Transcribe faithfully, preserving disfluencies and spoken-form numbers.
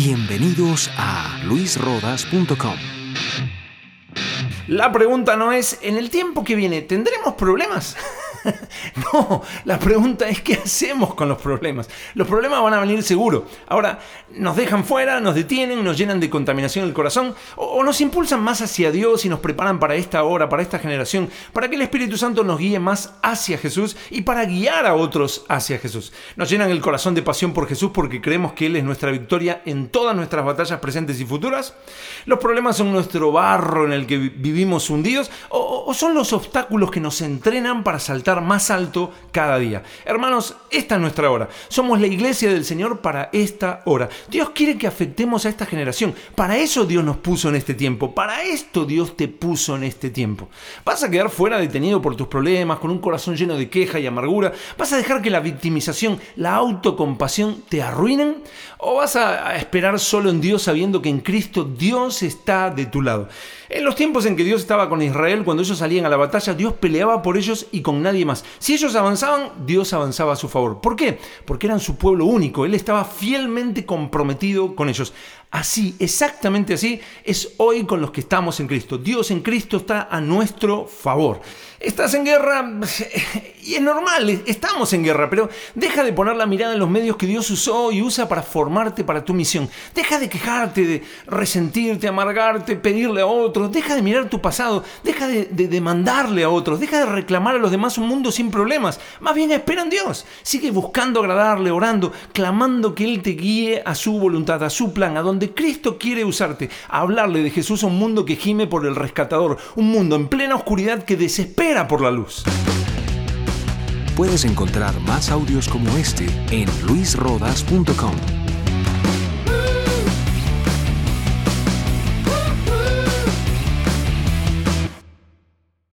Bienvenidos a luis rodas punto com. La pregunta no es, ¿en el tiempo que viene tendremos problemas? No, la pregunta es ¿qué hacemos con los problemas? Los problemas van a venir seguro. Ahora, nos dejan fuera, nos detienen, nos llenan de contaminación el corazón o, o nos impulsan más hacia Dios y nos preparan para esta hora, para esta generación, para que el Espíritu Santo nos guíe más hacia Jesús y para guiar a otros hacia Jesús. Nos llenan el corazón de pasión por Jesús porque creemos que Él es nuestra victoria en todas nuestras batallas presentes y futuras. Los problemas son nuestro barro en el que vivimos hundidos o, o son los obstáculos que nos entrenan para saltar más alto cada día. Hermanos, esta es nuestra hora. Somos la iglesia del Señor para esta hora. Dios quiere que afectemos a esta generación. Para eso Dios nos puso en este tiempo. Para esto Dios te puso en este tiempo. ¿Vas a quedar fuera detenido por tus problemas, con un corazón lleno de queja y amargura? ¿Vas a dejar que la victimización, la autocompasión te arruinen? ¿O vas a esperar solo en Dios sabiendo que en Cristo Dios está de tu lado? En los tiempos en que Dios estaba con Israel, cuando ellos salían a la batalla, Dios peleaba por ellos y con nadie más. Si ellos avanzaban, Dios avanzaba a su favor. ¿Por qué? Porque eran su pueblo único. Él estaba fielmente comprometido con ellos. Así, exactamente así, es hoy con los que estamos en Cristo. Dios en Cristo está a nuestro favor. Estás en guerra y es normal, estamos en guerra, pero deja de poner la mirada en los medios que Dios usó y usa para formarte para tu misión. Deja de quejarte, de resentirte, amargarte, pedirle a otros. Deja de mirar tu pasado, deja de, de demandarle a otros, deja de reclamar a los demás un mundo sin problemas. Más bien espera en Dios. Sigue buscando agradarle, orando, clamando que Él te guíe a su voluntad, a su plan, a donde Cristo quiere usarte. A hablarle de Jesús a un mundo que gime por el rescatador, un mundo en plena oscuridad que desespera por la luz. Puedes encontrar más audios como este en luis rodas punto com.